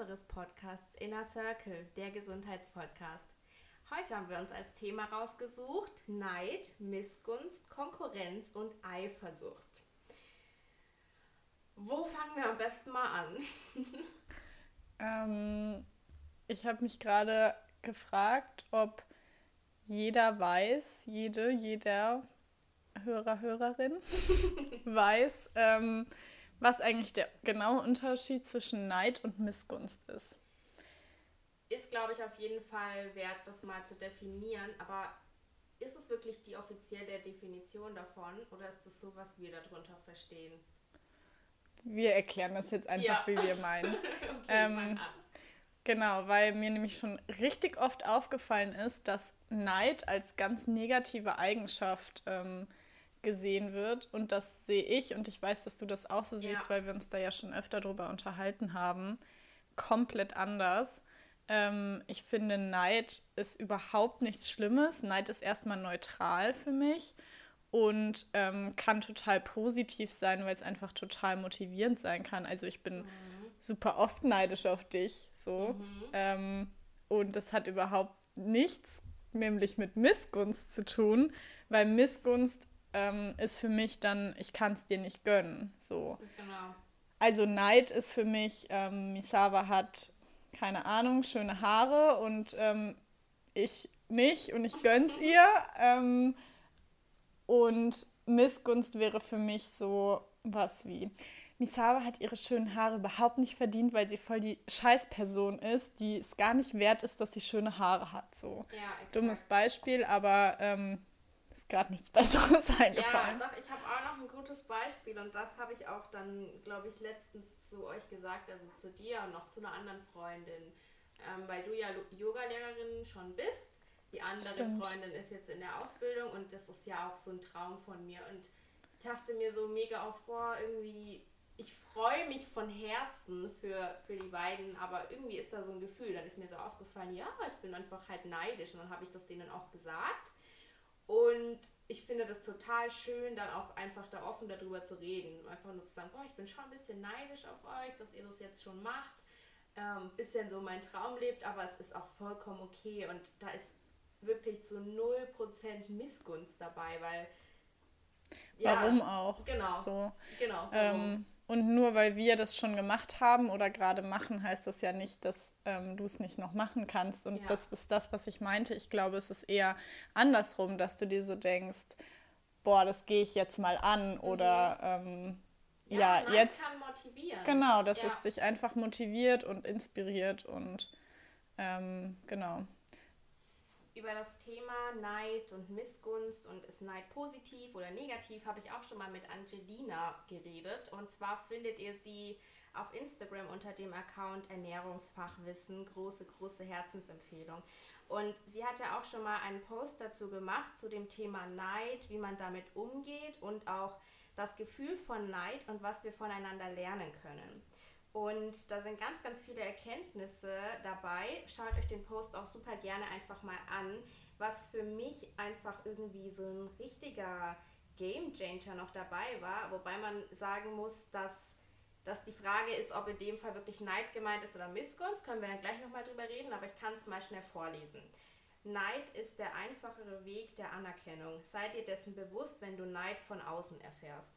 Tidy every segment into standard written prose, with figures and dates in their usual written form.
unseres Podcasts Inner Circle, der Gesundheitspodcast. Heute haben wir uns als Thema rausgesucht: Neid, Missgunst, Konkurrenz und Eifersucht. Wo fangen wir am besten mal an? Ich habe mich gerade gefragt, ob jeder weiß, jeder Hörerin weiß, was eigentlich der genaue Unterschied zwischen Neid und Missgunst ist. Ist, glaube ich, auf jeden Fall wert, das mal zu definieren, aber ist es wirklich die offizielle Definition davon oder ist das so, was wir darunter verstehen? Wir erklären das jetzt einfach, wie wir meinen. Okay, Genau, weil mir nämlich schon richtig oft aufgefallen ist, dass Neid als ganz negative Eigenschaft gesehen wird. Und das sehe ich, und ich weiß, dass du das auch so siehst, weil wir uns da ja schon öfter drüber unterhalten haben, komplett anders. Ich finde, Neid ist überhaupt nichts Schlimmes. Neid ist erstmal neutral für mich und kann total positiv sein, weil es einfach total motivierend sein kann. Also ich bin super oft neidisch auf dich, so. Und das hat überhaupt nichts, nämlich mit Missgunst zu tun, weil Missgunst ist für mich dann, ich kann es dir nicht gönnen, so. Genau. Also Neid ist für mich, Misawa hat, keine Ahnung, schöne Haare und ich nicht und ich gönn's ihr. Und Missgunst wäre für mich so was wie: Misawa hat ihre schönen Haare überhaupt nicht verdient, weil sie voll die Scheißperson ist, die es gar nicht wert ist, dass sie schöne Haare hat. So. Ja, exakt. Dummes Beispiel, aber ist gerade nichts Besseres eingefallen. Ja, doch, ich habe auch noch ein gutes Beispiel und das habe ich auch dann, glaube ich, letztens zu euch gesagt, also zu dir und noch zu einer anderen Freundin, weil du ja Yoga-Lehrerin schon bist. Die andere Freundin ist jetzt in der Ausbildung und das ist ja auch so ein Traum von mir und ich dachte mir so mega auf, irgendwie, ich freue mich von Herzen für die beiden, aber irgendwie ist da so ein Gefühl, dann ist mir so aufgefallen, ja, ich bin einfach halt neidisch und dann habe ich das denen auch gesagt und ich finde das total schön, dann auch einfach da offen darüber zu reden, einfach nur zu sagen, boah, ich bin schon ein bisschen neidisch auf euch, dass ihr das jetzt schon macht, bisschen so mein Traum lebt, aber es ist auch vollkommen okay und da ist wirklich zu 0% Missgunst dabei, weil ja, warum auch? Genau. So. Genau. Warum? Und nur weil wir das schon gemacht haben oder gerade machen, heißt das ja nicht, dass du es nicht noch machen kannst. Und das ist das, was ich meinte. Ich glaube, es ist eher andersrum, dass du dir so denkst, boah, das gehe ich jetzt mal an oder Neid jetzt kann motivieren. Genau, dass es dich einfach motiviert und inspiriert und genau. Über das Thema Neid und Missgunst und ist Neid positiv oder negativ, habe ich auch schon mal mit Angelina geredet. Und zwar findet ihr sie auf Instagram unter dem Account Ernährungsfachwissen, große Herzensempfehlung. Und sie hat ja auch schon mal einen Post dazu gemacht, zu dem Thema Neid, wie man damit umgeht und auch das Gefühl von Neid und was wir voneinander lernen können. Und da sind ganz viele Erkenntnisse dabei. Schaut euch den Post auch super gerne einfach mal an, was für mich einfach irgendwie so ein richtiger Gamechanger noch dabei war. Wobei man sagen muss, dass die Frage ist, ob in dem Fall wirklich Neid gemeint ist oder Missgunst. Können wir dann gleich nochmal drüber reden, aber ich kann es mal schnell vorlesen. Neid ist der einfachere Weg der Anerkennung. Sei dir dessen bewusst, wenn du Neid von außen erfährst.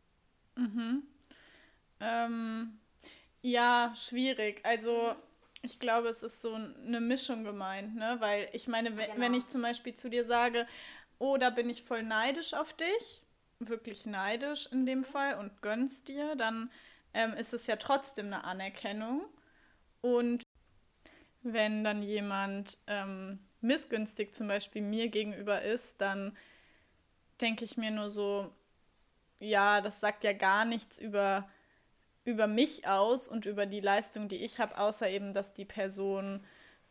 Ja, schwierig. Also ich glaube, es ist so eine Mischung gemeint, ne? Weil ich meine, wenn ich zum Beispiel zu dir sage, oh, da bin ich voll neidisch auf dich, wirklich neidisch in dem Fall und gönn's dir, dann ist es ja trotzdem eine Anerkennung. Und wenn dann jemand missgünstig zum Beispiel mir gegenüber ist, dann denke ich mir nur so, ja, das sagt ja gar nichts über mich aus und über die Leistung, die ich habe, außer eben, dass die Person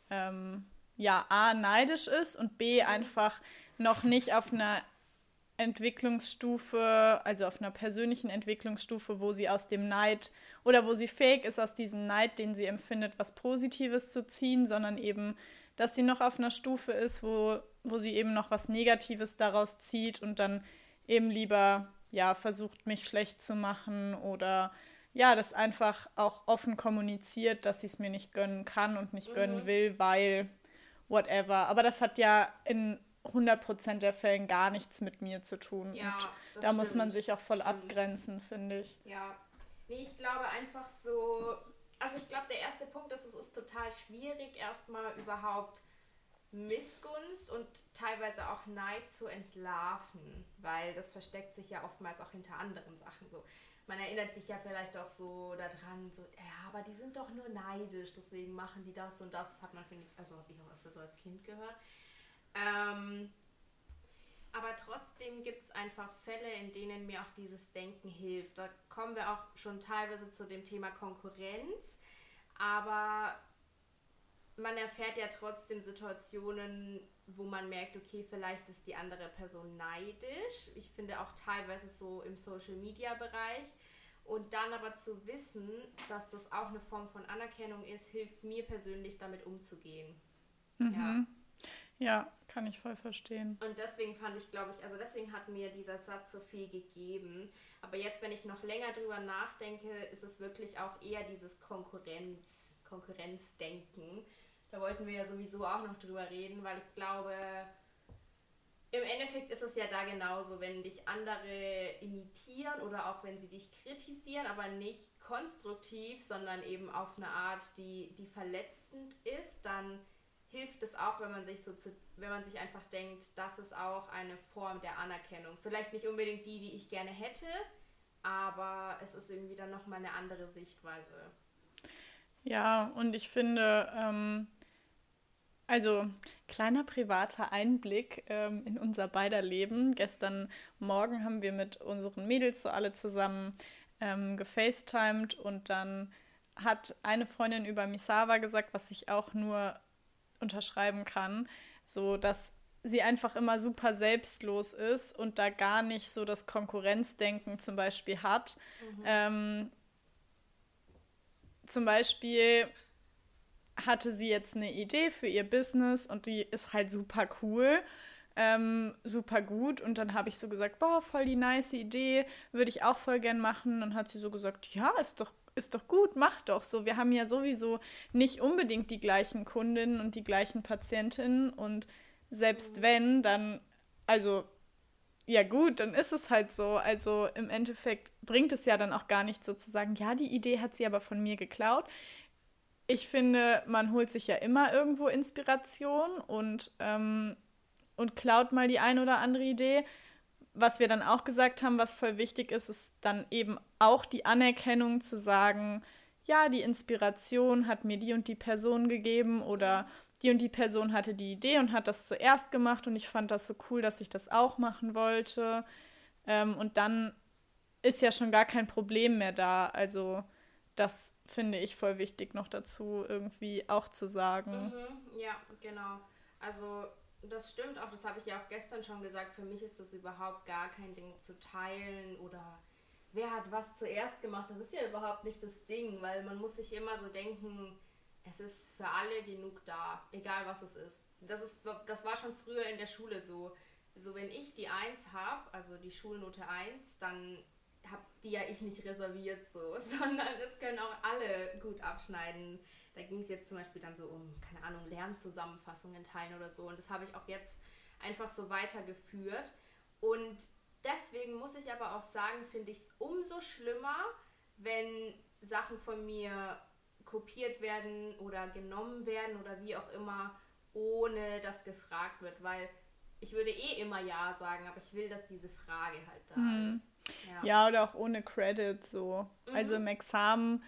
A, neidisch ist und B, einfach noch nicht auf einer Entwicklungsstufe, also auf einer persönlichen Entwicklungsstufe, wo sie aus dem Neid oder wo sie fähig ist, aus diesem Neid, den sie empfindet, was Positives zu ziehen, sondern eben, dass sie noch auf einer Stufe ist, wo sie eben noch was Negatives daraus zieht und dann eben lieber versucht, mich schlecht zu machen oder ja, das einfach auch offen kommuniziert, dass sie es mir nicht gönnen kann und nicht gönnen will, weil whatever. Aber das hat ja in 100% der Fällen gar nichts mit mir zu tun. Und Ja, da das muss man stimmt. sich auch voll Stimmt. abgrenzen, finde ich. Ja. Nee, ich glaube einfach so, also ich glaube, der erste Punkt ist, es ist total schwierig, erstmal überhaupt Missgunst und teilweise auch Neid zu entlarven, weil das versteckt sich ja oftmals auch hinter anderen Sachen. So, man erinnert sich ja vielleicht auch so daran, so, ja, aber die sind doch nur neidisch, deswegen machen die das und das. Das hat man, finde ich, also habe ich auch öfter so als Kind gehört. Ähm, aber trotzdem gibt es einfach Fälle, in denen mir auch dieses Denken hilft. Da kommen wir auch schon teilweise zu dem Thema Konkurrenz, aber man erfährt ja trotzdem Situationen, wo man merkt, okay, vielleicht ist die andere Person neidisch. Ich finde auch teilweise so im Social-Media-Bereich. Und dann aber zu wissen, dass das auch eine Form von Anerkennung ist, hilft mir persönlich damit umzugehen. Ja. Ja, kann ich voll verstehen. Und deswegen fand ich, glaube ich, also deswegen hat mir dieser Satz so viel gegeben. Aber jetzt, wenn ich noch länger drüber nachdenke, ist es wirklich auch eher dieses Konkurrenzdenken. Da wollten wir ja sowieso auch noch drüber reden, weil ich glaube, im Endeffekt ist es ja da genauso, wenn dich andere imitieren oder auch wenn sie dich kritisieren, aber nicht konstruktiv, sondern eben auf eine Art, die verletzend ist, dann hilft es auch, wenn man sich wenn man sich einfach denkt, das ist auch eine Form der Anerkennung. Vielleicht nicht unbedingt die ich gerne hätte, aber es ist irgendwie dann nochmal eine andere Sichtweise. Ja, und ich finde, also kleiner privater Einblick in unser beider Leben. Gestern Morgen haben wir mit unseren Mädels so alle zusammen gefacetimed und dann hat eine Freundin über Misawa gesagt, was ich auch nur unterschreiben kann, so dass sie einfach immer super selbstlos ist und da gar nicht so das Konkurrenzdenken zum Beispiel hat. Zum Beispiel hatte sie jetzt eine Idee für ihr Business und die ist halt super cool, super gut. Und dann habe ich so gesagt, boah, voll die nice Idee, würde ich auch voll gern machen. Dann hat sie so gesagt, ja, ist doch gut, mach doch so. Wir haben ja sowieso nicht unbedingt die gleichen Kundinnen und die gleichen Patientinnen. Und selbst wenn, dann, also ja gut, dann ist es halt so. Also im Endeffekt bringt es ja dann auch gar nichts sozusagen, ja, die Idee hat sie aber von mir geklaut. Ich finde, man holt sich ja immer irgendwo Inspiration und klaut mal die ein oder andere Idee. Was wir dann auch gesagt haben, was voll wichtig ist, ist dann eben auch die Anerkennung zu sagen, ja, die Inspiration hat mir die und die Person gegeben oder die und die Person hatte die Idee und hat das zuerst gemacht und ich fand das so cool, dass ich das auch machen wollte. Und dann ist ja schon gar kein Problem mehr da. Also das finde ich voll wichtig noch dazu irgendwie auch zu sagen. Ja, genau. Also das stimmt auch, das habe ich ja auch gestern schon gesagt. Für mich ist das überhaupt gar kein Ding zu teilen oder wer hat was zuerst gemacht. Das ist ja überhaupt nicht das Ding, weil man muss sich immer so denken, es ist für alle genug da, egal was es ist. Das war schon früher in der Schule so. So wenn ich die 1 habe, also die Schulnote 1, dann habe die ja ich nicht reserviert so, sondern es können auch alle gut abschneiden. Da ging es jetzt zum Beispiel dann so um, keine Ahnung, Lernzusammenfassungen teilen oder so. Und das habe ich auch jetzt einfach so weitergeführt. Und deswegen muss ich aber auch sagen, finde ich es umso schlimmer, wenn Sachen von mir kopiert werden oder genommen werden oder wie auch immer, ohne dass gefragt wird. Weil ich würde eh immer Ja sagen, aber ich will, dass diese Frage halt da ist. Ja, oder auch ohne Credit so. Also im Examen,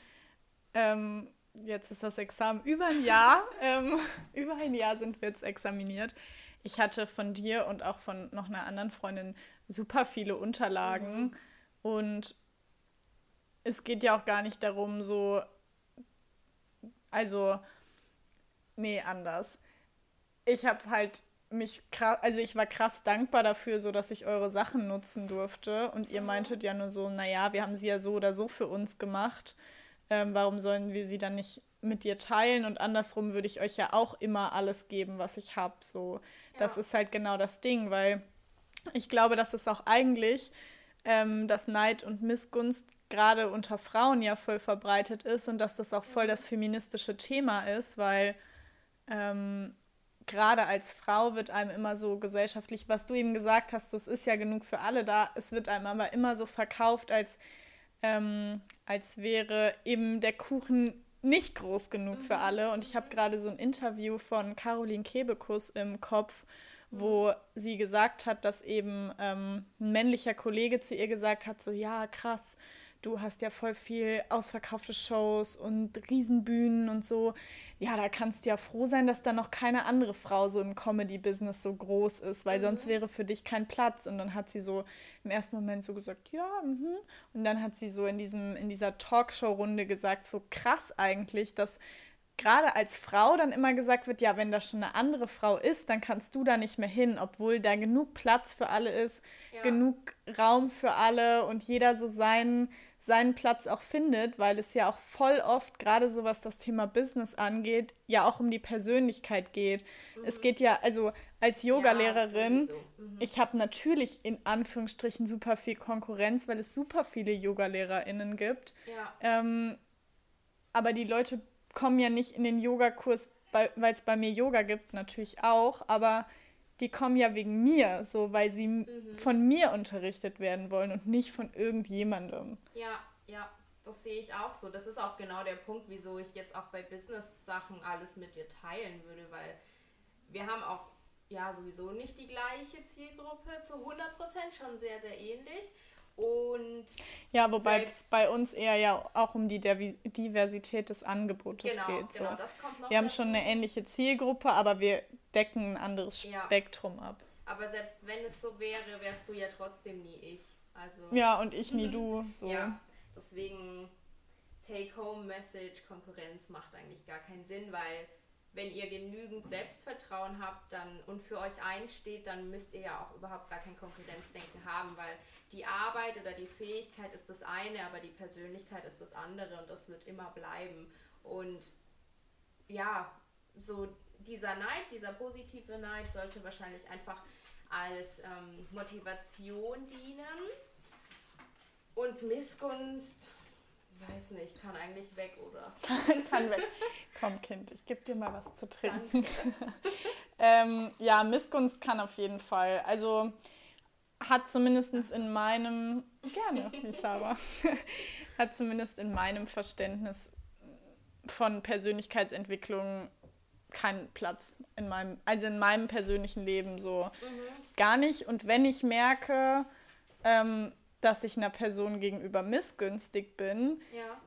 jetzt ist das Examen über ein Jahr, über ein Jahr sind wir jetzt examiniert. Ich hatte von dir und auch von noch einer anderen Freundin super viele Unterlagen und es geht ja auch gar nicht darum, so, also, nee, anders. Ich habe halt mich krass, also ich war krass dankbar dafür, so dass ich eure Sachen nutzen durfte. Und ihr meintet ja nur so, naja, wir haben sie ja so oder so für uns gemacht. Warum sollen wir sie dann nicht mit dir teilen? Und andersrum würde ich euch ja auch immer alles geben, was ich habe. So, das ist halt genau das Ding, weil ich glaube, das ist auch eigentlich, dass Neid und Missgunst gerade unter Frauen ja voll verbreitet ist und dass das auch voll das feministische Thema ist, weil gerade als Frau wird einem immer so gesellschaftlich, was du eben gesagt hast, so, es ist ja genug für alle da, es wird einem aber immer so verkauft, als wäre eben der Kuchen nicht groß genug für alle. Und ich habe gerade so ein Interview von Caroline Kebekus im Kopf, wo sie gesagt hat, dass eben ein männlicher Kollege zu ihr gesagt hat, so ja, krass, du hast ja voll viel ausverkaufte Shows und Riesenbühnen und so. Ja, da kannst du ja froh sein, dass da noch keine andere Frau so im Comedy-Business so groß ist, weil sonst wäre für dich kein Platz. Und dann hat sie so im ersten Moment so gesagt, ja, mhm. Und dann hat sie so in dieser Talkshow-Runde gesagt, so krass eigentlich, dass gerade als Frau dann immer gesagt wird, ja, wenn da schon eine andere Frau ist, dann kannst du da nicht mehr hin, obwohl da genug Platz für alle ist, genug Raum für alle und jeder so seinen Platz auch findet, weil es ja auch voll oft, gerade so was das Thema Business angeht, ja auch um die Persönlichkeit geht. Es geht ja, also als Yogalehrerin, ich habe natürlich in Anführungsstrichen super viel Konkurrenz, weil es super viele YogalehrerInnen gibt. Ja. Aber die Leute kommen ja nicht in den Yogakurs, weil es bei mir Yoga gibt, natürlich auch, aber die kommen ja wegen mir, so, weil sie von mir unterrichtet werden wollen und nicht von irgendjemandem. Ja, das sehe ich auch so. Das ist auch genau der Punkt, wieso ich jetzt auch bei Business-Sachen alles mit dir teilen würde, weil wir haben auch ja sowieso nicht die gleiche Zielgruppe zu 100%, schon sehr, sehr ähnlich. Und ja, wobei es bei uns eher ja auch um die Diversität des Angebotes geht. So. Genau, das kommt noch wir haben dazu. schon eine ähnliche Zielgruppe, aber wir decken ein anderes Spektrum ab. Aber selbst wenn es so wäre, wärst du ja trotzdem nie ich. Also, ja, und ich nie du. So. Ja, deswegen Take-Home-Message, Konkurrenz macht eigentlich gar keinen Sinn, weil wenn ihr genügend Selbstvertrauen habt und für euch einsteht, dann müsst ihr ja auch überhaupt gar kein Konkurrenzdenken haben, weil die Arbeit oder die Fähigkeit ist das eine, aber die Persönlichkeit ist das andere und das wird immer bleiben. Und ja, so dieser Neid, dieser positive Neid sollte wahrscheinlich einfach als Motivation dienen. Und Missgunst, weiß nicht, kann eigentlich weg, oder? Kann weg. Komm, Kind, ich gebe dir mal was zu trinken. Ja, Missgunst kann auf jeden Fall. Also hat zumindest in meinem, gerne, Lisaba, hat zumindest in meinem Verständnis von Persönlichkeitsentwicklung keinen Platz in meinem persönlichen Leben so gar nicht. Und wenn ich merke, dass ich einer Person gegenüber missgünstig bin,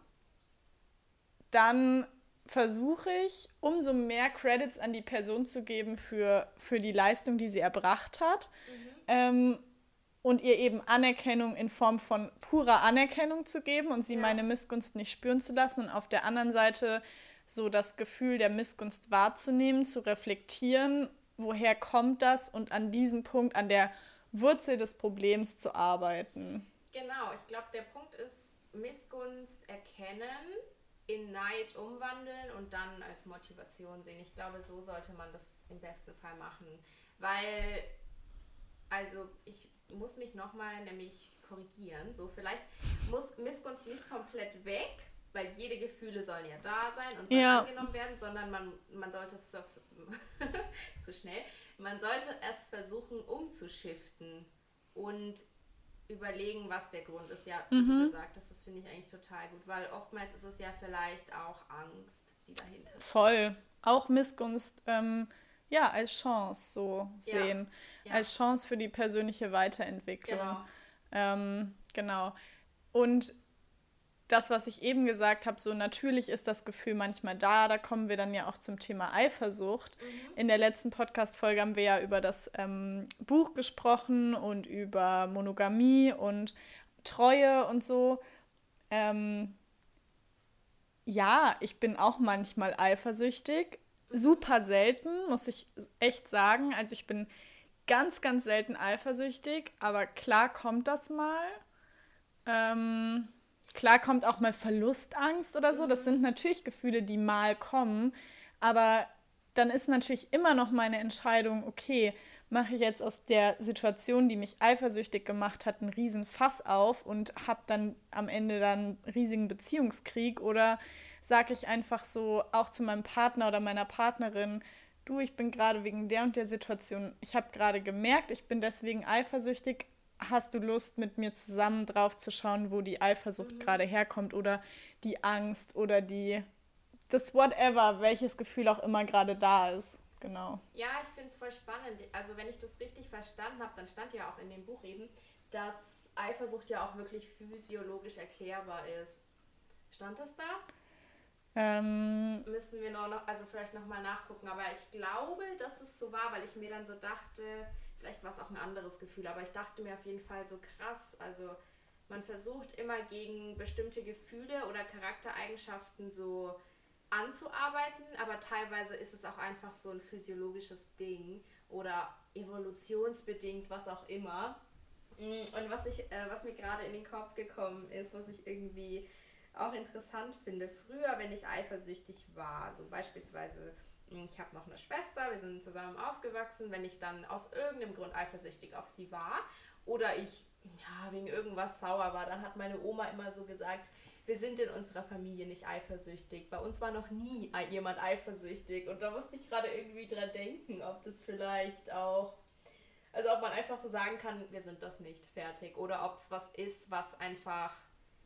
dann versuche ich, umso mehr Credits an die Person zu geben für die Leistung, die sie erbracht hat. Und ihr eben Anerkennung in Form von purer Anerkennung zu geben und sie meine Missgunst nicht spüren zu lassen und auf der anderen Seite so das Gefühl der Missgunst wahrzunehmen, zu reflektieren, woher kommt das und an diesem Punkt, an der Wurzel des Problems zu arbeiten. Genau, ich glaube, der Punkt ist Missgunst erkennen, in Neid umwandeln und dann als Motivation sehen. Ich glaube, so sollte man das im besten Fall machen, weil, also ich muss mich nochmal nämlich korrigieren, so vielleicht muss Missgunst nicht komplett weg, weil jede Gefühle sollen ja da sein und sollen angenommen werden, sondern man sollte zu schnell, man sollte es versuchen umzuschiften und überlegen, was der Grund ist. Ja, wie du gesagt hast, das finde ich eigentlich total gut, weil oftmals ist es ja vielleicht auch Angst, die dahinter ist. Voll. Auch Missgunst, als Chance so sehen. Ja. Als Chance für die persönliche Weiterentwicklung. Genau. Und das, was ich eben gesagt habe, so natürlich ist das Gefühl manchmal da kommen wir dann ja auch zum Thema Eifersucht. In der letzten Podcast-Folge haben wir ja über das Buch gesprochen und über Monogamie und Treue und so. Ja, ich bin auch manchmal eifersüchtig. Super selten, muss ich echt sagen. Also ich bin ganz, ganz selten eifersüchtig, aber klar kommt das mal. Klar kommt auch mal Verlustangst oder so. Das sind natürlich Gefühle, die mal kommen. Aber dann ist natürlich immer noch meine Entscheidung, okay, mache ich jetzt aus der Situation, die mich eifersüchtig gemacht hat, einen riesen Fass auf und habe dann am Ende dann einen riesigen Beziehungskrieg, oder sage ich einfach so auch zu meinem Partner oder meiner Partnerin: Du, ich bin gerade wegen der und der Situation, ich habe gerade gemerkt, ich bin deswegen eifersüchtig, hast du Lust, mit mir zusammen drauf zu schauen, wo die Eifersucht gerade herkommt oder die Angst oder das whatever, welches Gefühl auch immer gerade da ist. Genau. Ja, ich finde es voll spannend. Also wenn ich das richtig verstanden habe, dann stand ja auch in dem Buch eben, dass Eifersucht ja auch wirklich physiologisch erklärbar ist. Stand das da? Müssten wir noch, also vielleicht nochmal nachgucken, aber ich glaube, dass es so war, weil ich mir dann so dachte, vielleicht war es auch ein anderes Gefühl, aber ich dachte mir auf jeden Fall so krass, also man versucht immer gegen bestimmte Gefühle oder Charaktereigenschaften so anzuarbeiten, aber teilweise ist es auch einfach so ein physiologisches Ding oder evolutionsbedingt, was auch immer. Und was mir gerade in den Kopf gekommen ist, was ich irgendwie auch interessant finde, früher, wenn ich eifersüchtig war, so beispielsweise, ich habe noch eine Schwester, wir sind zusammen aufgewachsen, wenn ich dann aus irgendeinem Grund eifersüchtig auf sie war oder ich wegen irgendwas sauer war, dann hat meine Oma immer so gesagt: Wir sind in unserer Familie nicht eifersüchtig. Bei uns war noch nie jemand eifersüchtig. Und da musste ich gerade irgendwie dran denken, ob das vielleicht auch, also ob man einfach so sagen kann, wir sind das nicht, fertig. Oder ob es was ist, was einfach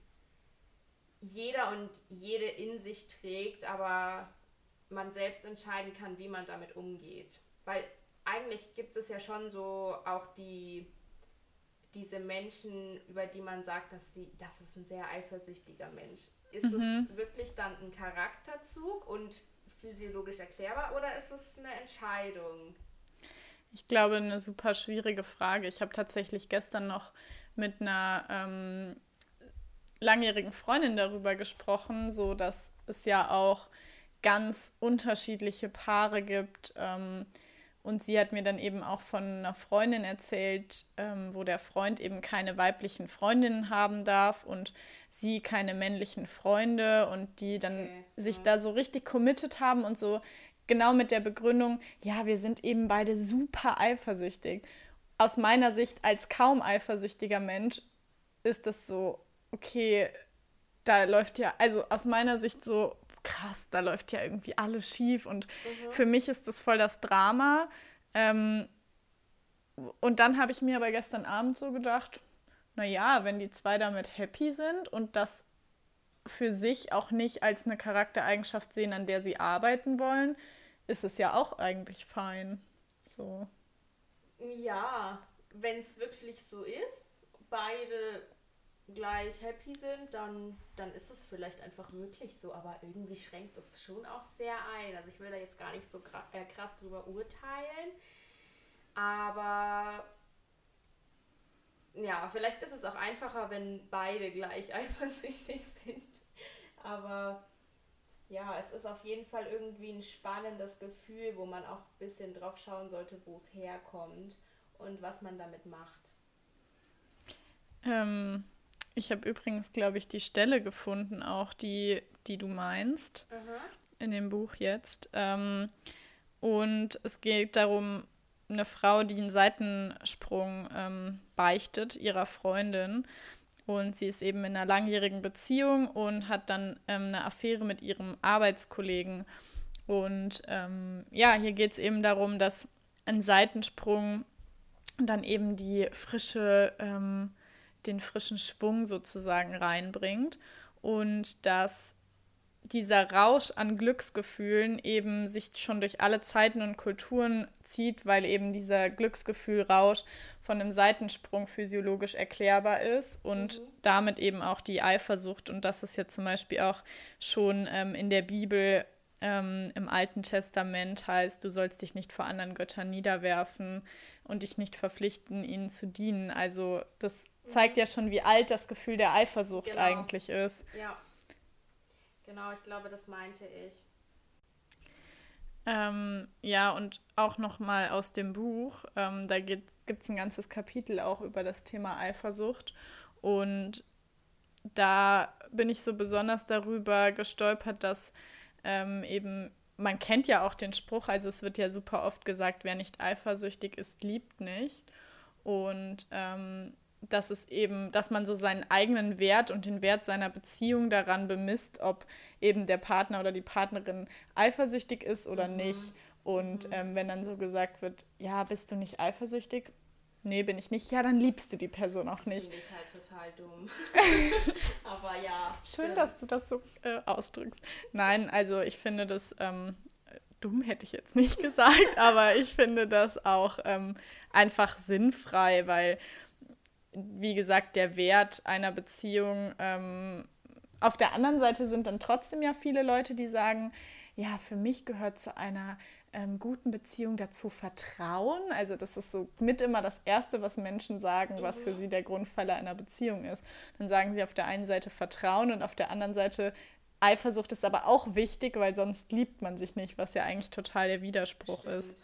jeder und jede in sich trägt, aber man selbst entscheiden kann, wie man damit umgeht. Weil eigentlich gibt es ja schon so auch diese Menschen, über die man sagt, das ist ein sehr eifersüchtiger Mensch. Ist es wirklich dann ein Charakterzug und physiologisch erklärbar oder ist es eine Entscheidung? Ich glaube, eine super schwierige Frage. Ich habe tatsächlich gestern noch mit einer langjährigen Freundin darüber gesprochen, so dass es ja auch ganz unterschiedliche Paare gibt. Und sie hat mir dann eben auch von einer Freundin erzählt, wo der Freund eben keine weiblichen Freundinnen haben darf und sie keine männlichen Freunde, und die dann sich da so richtig committed haben und so genau mit der Begründung: Ja, wir sind eben beide super eifersüchtig. Aus meiner Sicht als kaum eifersüchtiger Mensch ist das so: Okay, da läuft ja, also aus meiner Sicht so krass, da läuft ja irgendwie alles schief, und für mich ist das voll das Drama. Ähm, und dann habe ich mir aber gestern Abend so gedacht, naja, wenn die zwei damit happy sind und das für sich auch nicht als eine Charaktereigenschaft sehen, an der sie arbeiten wollen, ist es ja auch eigentlich fein. So. Ja, wenn es wirklich so ist, beide gleich happy sind, dann ist es vielleicht einfach wirklich so, aber irgendwie schränkt das schon auch sehr ein. Also ich will da jetzt gar nicht so krass drüber urteilen, aber ja, vielleicht ist es auch einfacher, wenn beide gleich eifersüchtig sind. Aber ja, es ist auf jeden Fall irgendwie ein spannendes Gefühl, wo man auch ein bisschen drauf schauen sollte, wo es herkommt und was man damit macht. Ähm, Ich habe übrigens, glaube ich, die Stelle gefunden, auch die du meinst, Aha. in dem Buch jetzt. Und es geht darum, eine Frau, die einen Seitensprung beichtet, ihrer Freundin. Und sie ist eben in einer langjährigen Beziehung und hat dann eine Affäre mit ihrem Arbeitskollegen. Und ja, hier geht es eben darum, dass ein Seitensprung dann eben den frischen Schwung sozusagen reinbringt, und dass dieser Rausch an Glücksgefühlen eben sich schon durch alle Zeiten und Kulturen zieht, weil eben dieser Glücksgefühlrausch von einem Seitensprung physiologisch erklärbar ist und damit eben auch die Eifersucht. Und das ist ja zum Beispiel auch schon in der Bibel im Alten Testament heißt: Du sollst dich nicht vor anderen Göttern niederwerfen und dich nicht verpflichten, ihnen zu dienen. Also das zeigt ja schon, wie alt das Gefühl der Eifersucht eigentlich ist. Ja, genau, ich glaube, das meinte ich. Ja, und auch nochmal aus dem Buch, da gibt es ein ganzes Kapitel auch über das Thema Eifersucht. Und da bin ich so besonders darüber gestolpert, dass eben man kennt ja auch den Spruch, also es wird ja super oft gesagt, wer nicht eifersüchtig ist, liebt nicht. Und dass es eben, dass man so seinen eigenen Wert und den Wert seiner Beziehung daran bemisst, ob eben der Partner oder die Partnerin eifersüchtig ist oder nicht. Und wenn dann so gesagt wird, ja, bist du nicht eifersüchtig? Nee, bin ich nicht. Ja, dann liebst du die Person auch nicht. Finde ich halt total dumm. Aber ja. Schön, stimmt. dass du das so ausdrückst. Nein, also ich finde das, dumm hätte ich jetzt nicht gesagt, aber ich finde das auch einfach sinnfrei, weil, wie gesagt, der Wert einer Beziehung, auf der anderen Seite sind dann trotzdem ja viele Leute, die sagen, ja, für mich gehört zu einer guten Beziehung dazu Vertrauen. Also das ist so mit immer das Erste, was Menschen sagen, was für sie der Grundpfeiler einer Beziehung ist. Dann sagen sie auf der einen Seite Vertrauen und auf der anderen Seite Eifersucht ist aber auch wichtig, weil sonst liebt man sich nicht, was ja eigentlich total der Widerspruch ist.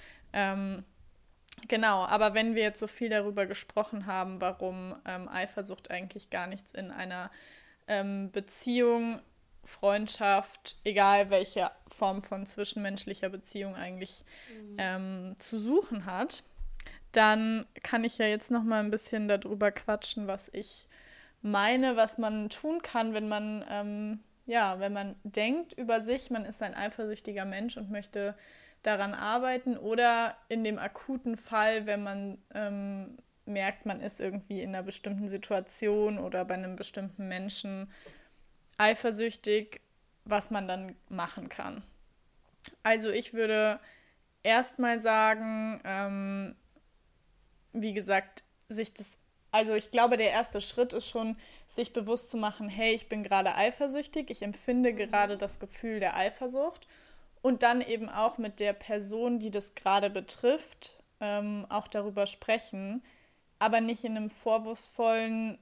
Genau, aber wenn wir jetzt so viel darüber gesprochen haben, warum Eifersucht eigentlich gar nichts in einer Beziehung, Freundschaft, egal welche Form von zwischenmenschlicher Beziehung eigentlich zu suchen hat, dann kann ich ja jetzt noch mal ein bisschen darüber quatschen, was ich meine, was man tun kann, wenn man wenn man denkt über sich, man ist ein eifersüchtiger Mensch und möchte daran arbeiten, oder in dem akuten Fall, wenn man merkt, man ist irgendwie in einer bestimmten Situation oder bei einem bestimmten Menschen eifersüchtig, was man dann machen kann. Also ich würde erstmal sagen, wie gesagt, also ich glaube, der erste Schritt ist schon, sich bewusst zu machen, hey, ich bin gerade eifersüchtig, ich empfinde gerade das Gefühl der Eifersucht, und dann eben auch mit der Person, die das gerade betrifft, auch darüber sprechen, aber nicht in einer vorwurfsvollen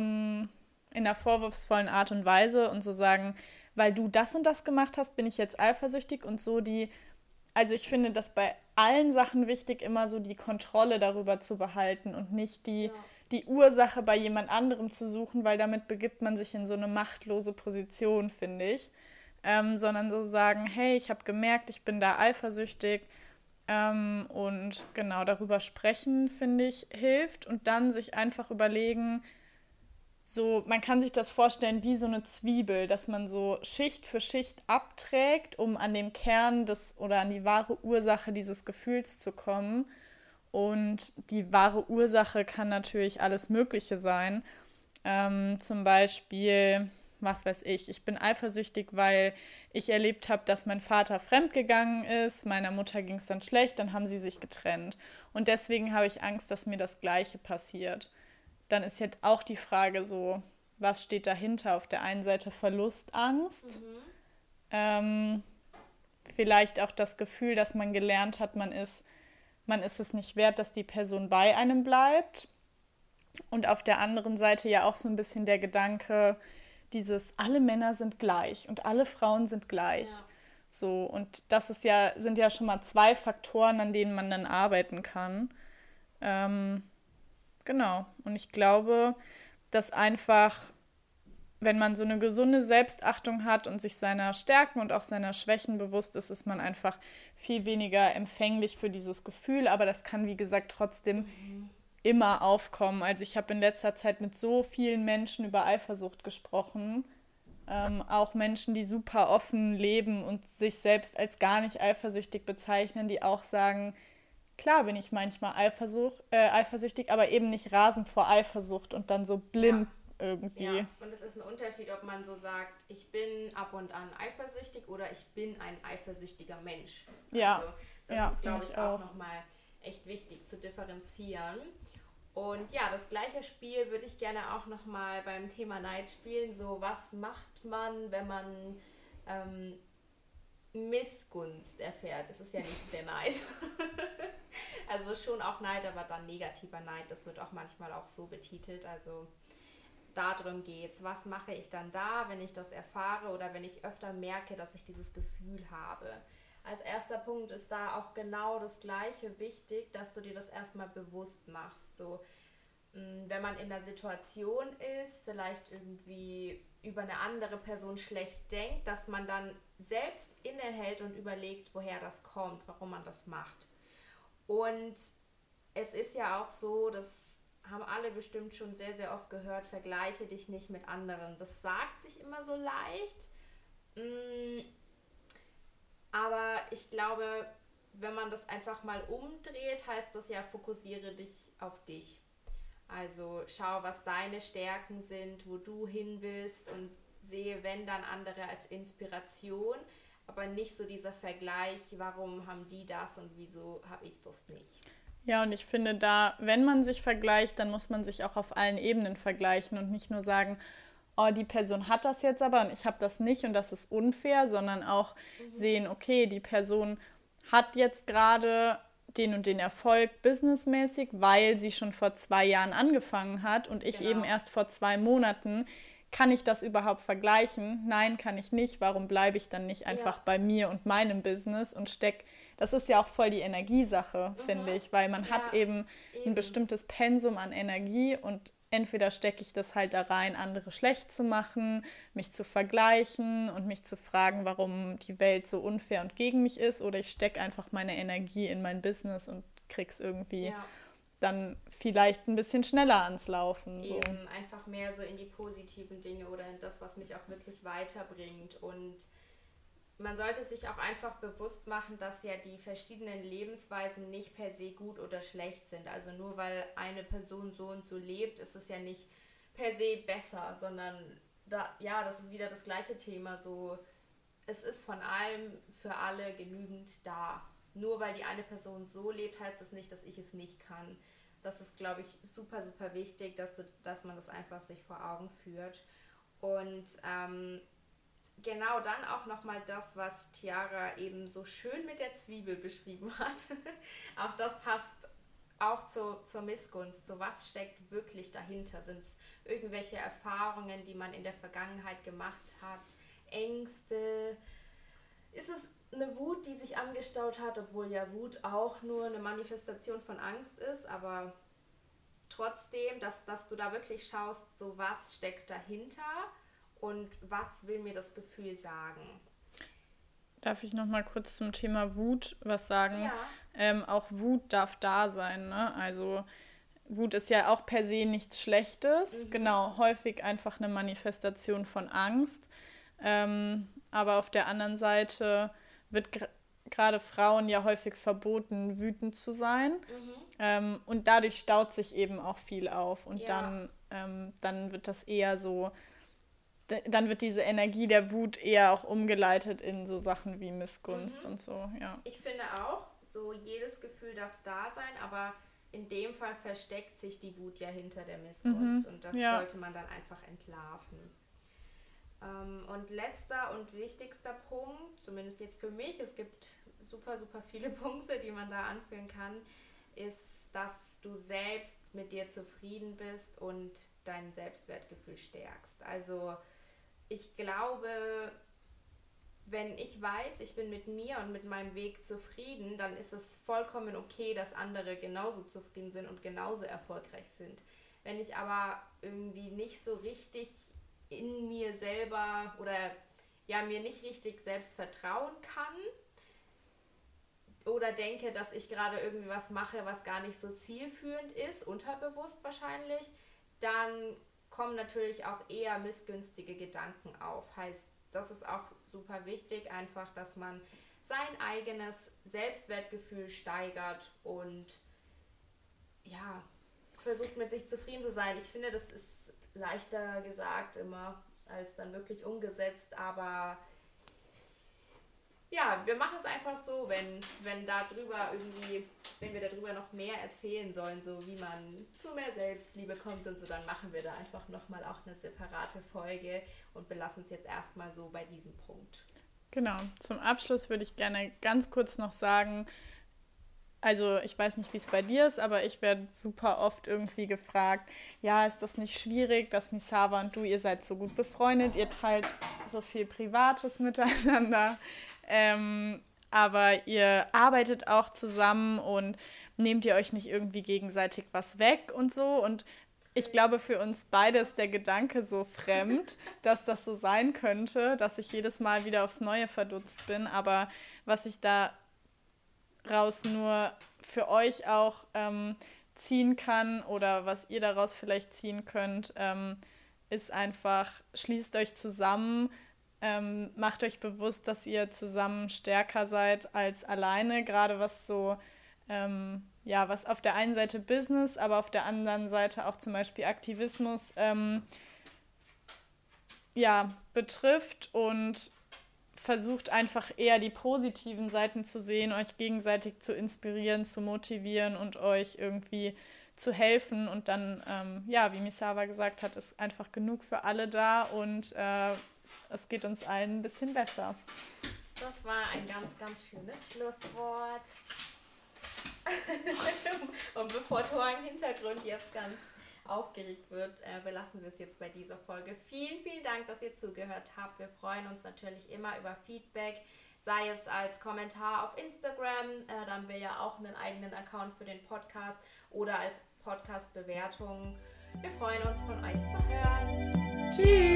Art und Weise und so sagen, weil du das und das gemacht hast, bin ich jetzt eifersüchtig, und so also ich finde, dass bei allen Sachen wichtig, immer so die Kontrolle darüber zu behalten und nicht die Ursache bei jemand anderem zu suchen, weil damit begibt man sich in so eine machtlose Position, finde ich. Sondern so sagen, hey, ich habe gemerkt, ich bin da eifersüchtig, und genau darüber sprechen, finde ich, hilft, und dann sich einfach überlegen, so, man kann sich das vorstellen wie so eine Zwiebel, dass man so Schicht für Schicht abträgt, um an den Kern oder an die wahre Ursache dieses Gefühls zu kommen. Und die wahre Ursache kann natürlich alles Mögliche sein. Zum Beispiel, was weiß ich bin eifersüchtig, weil ich erlebt habe, dass mein Vater fremdgegangen ist, meiner Mutter ging es dann schlecht, dann haben sie sich getrennt. Und deswegen habe ich Angst, dass mir das Gleiche passiert. Dann ist jetzt auch die Frage so, was steht dahinter? Auf der einen Seite Verlustangst, vielleicht auch das Gefühl, dass man gelernt hat, man ist es nicht wert, dass die Person bei einem bleibt. Und auf der anderen Seite ja auch so ein bisschen der Gedanke, alle Männer sind gleich und alle Frauen sind gleich. Ja. So, und das sind ja schon mal 2 Faktoren, an denen man dann arbeiten kann. Genau. Und ich glaube, dass einfach, wenn man so eine gesunde Selbstachtung hat und sich seiner Stärken und auch seiner Schwächen bewusst ist, man einfach viel weniger empfänglich für dieses Gefühl. Aber das kann, wie gesagt, trotzdem immer aufkommen. Also ich habe in letzter Zeit mit so vielen Menschen über Eifersucht gesprochen. Auch Menschen, die super offen leben und sich selbst als gar nicht eifersüchtig bezeichnen, die auch sagen, klar bin ich manchmal eifersüchtig, aber eben nicht rasend vor Eifersucht und dann so blind irgendwie. Ja, und es ist ein Unterschied, ob man so sagt, ich bin ab und an eifersüchtig oder ich bin ein eifersüchtiger Mensch. Ja, also das ist, glaube ich, auch nochmal echt wichtig zu differenzieren. Und ja, das gleiche Spiel würde ich gerne auch nochmal beim Thema Neid spielen. So, was macht man, wenn man Missgunst erfährt? Das ist ja nicht der Neid. Also schon auch Neid, aber dann negativer Neid. Das wird auch manchmal auch so betitelt. Also darum geht's. Was mache ich dann da, wenn ich das erfahre oder wenn ich öfter merke, dass ich dieses Gefühl habe? Als erster Punkt ist da auch genau das Gleiche wichtig, dass du dir das erstmal bewusst machst. So, wenn man in der Situation ist, vielleicht irgendwie über eine andere Person schlecht denkt, dass man dann selbst innehält und überlegt, woher das kommt, warum man das macht. Und es ist ja auch so, das haben alle bestimmt schon sehr, sehr oft gehört, vergleiche dich nicht mit anderen. Das sagt sich immer so leicht, aber ich glaube, wenn man das einfach mal umdreht, heißt das ja, fokussiere dich auf dich. Also schau, was deine Stärken sind, wo du hin willst und sehe, wenn dann andere als Inspiration, aber nicht so dieser Vergleich, warum haben die das und wieso habe ich das nicht. Ja, und ich finde da, wenn man sich vergleicht, dann muss man sich auch auf allen Ebenen vergleichen und nicht nur sagen, oh, die Person hat das jetzt aber und ich habe das nicht und das ist unfair, sondern auch sehen, okay, die Person hat jetzt gerade den und den Erfolg businessmäßig, weil sie schon vor 2 Jahren angefangen hat und ich eben erst vor 2 Monaten. Kann ich das überhaupt vergleichen? Nein, kann ich nicht. Warum bleibe ich dann nicht einfach bei mir und meinem Business und das ist ja auch voll die Energiesache, finde ich, weil man hat eben ein bestimmtes Pensum an Energie und entweder stecke ich das halt da rein, andere schlecht zu machen, mich zu vergleichen und mich zu fragen, warum die Welt so unfair und gegen mich ist, oder ich stecke einfach meine Energie in mein Business und krieg's irgendwie dann vielleicht ein bisschen schneller ans Laufen. So. Eben einfach mehr so in die positiven Dinge oder in das, was mich auch wirklich weiterbringt. Und man sollte sich auch einfach bewusst machen, dass ja die verschiedenen Lebensweisen nicht per se gut oder schlecht sind. Also nur weil eine Person so und so lebt, ist es ja nicht per se besser, sondern das ist wieder das gleiche Thema. So, es ist von allem für alle genügend da. Nur weil die eine Person so lebt, heißt das nicht, dass ich es nicht kann. Das ist, glaube ich, super, super wichtig, dass man das einfach sich vor Augen führt. Und genau dann auch nochmal das, was Tiara eben so schön mit der Zwiebel beschrieben hat. Auch das passt auch zur Missgunst. So, was steckt wirklich dahinter? Sind es irgendwelche Erfahrungen, die man in der Vergangenheit gemacht hat? Ängste? Ist es eine Wut, die sich angestaut hat, obwohl ja Wut auch nur eine Manifestation von Angst ist, aber trotzdem, dass du da wirklich schaust, so was steckt dahinter und was will mir das Gefühl sagen. Darf ich noch mal kurz zum Thema Wut was sagen? Ja. Auch Wut darf da sein, ne? Also Wut ist ja auch per se nichts Schlechtes, genau, häufig einfach eine Manifestation von Angst. Aber auf der anderen Seite wird gerade Frauen ja häufig verboten, wütend zu sein. Und dadurch staut sich eben auch viel auf. Und dann wird das eher so, dann wird diese Energie der Wut eher auch umgeleitet in so Sachen wie Missgunst und so, ja. Ich finde auch, so jedes Gefühl darf da sein, aber in dem Fall versteckt sich die Wut ja hinter der Missgunst und das sollte man dann einfach entlarven. Und letzter und wichtigster Punkt, zumindest jetzt für mich, es gibt super, super viele Punkte, die man da anführen kann, ist, dass du selbst mit dir zufrieden bist und dein Selbstwertgefühl stärkst. Also ich glaube, wenn ich weiß, ich bin mit mir und mit meinem Weg zufrieden, dann ist es vollkommen okay, dass andere genauso zufrieden sind und genauso erfolgreich sind. Wenn ich aber irgendwie nicht so richtig in mir selber oder mir nicht richtig selbst vertrauen kann oder denke, dass ich gerade irgendwie was mache, was gar nicht so zielführend ist, unterbewusst wahrscheinlich, dann kommen natürlich auch eher missgünstige Gedanken auf. Heißt, das ist auch super wichtig, einfach, dass man sein eigenes Selbstwertgefühl steigert und versucht mit sich zufrieden zu sein. Ich finde, das ist leichter gesagt immer, als dann wirklich umgesetzt, aber wir machen es einfach so, wenn wir darüber noch mehr erzählen sollen, so wie man zu mehr Selbstliebe kommt und so, dann machen wir da einfach nochmal auch eine separate Folge und belassen es jetzt erstmal so bei diesem Punkt. Genau, zum Abschluss würde ich gerne ganz kurz noch sagen, also ich weiß nicht, wie es bei dir ist, aber ich werde super oft irgendwie gefragt, ja, ist das nicht schwierig, dass Misawa und du, ihr seid so gut befreundet, ihr teilt so viel Privates miteinander, aber ihr arbeitet auch zusammen und nehmt ihr euch nicht irgendwie gegenseitig was weg und so. Und Ich glaube, für uns beide ist der Gedanke so fremd, dass das so sein könnte, dass ich jedes Mal wieder aufs Neue verdutzt bin. Aber was ich daraus nur für euch auch ziehen kann oder was ihr daraus vielleicht ziehen könnt, ist einfach, schließt euch zusammen, macht euch bewusst, dass ihr zusammen stärker seid als alleine, gerade was so was auf der einen Seite Business, aber auf der anderen Seite auch zum Beispiel Aktivismus betrifft, und versucht einfach eher die positiven Seiten zu sehen, euch gegenseitig zu inspirieren, zu motivieren und euch irgendwie zu helfen. Und dann, wie Misawa gesagt hat, ist einfach genug für alle da, und es geht uns allen ein bisschen besser. Das war ein ganz, ganz schönes Schlusswort. Und bevor Thor im Hintergrund jetzt ganz aufgeregt wird, belassen wir es jetzt bei dieser Folge. Vielen, vielen Dank, dass ihr zugehört habt. Wir freuen uns natürlich immer über Feedback, sei es als Kommentar auf Instagram, da haben wir ja auch einen eigenen Account für den Podcast, oder als Podcast-Bewertung. Wir freuen uns, von euch zu hören. Tschüss!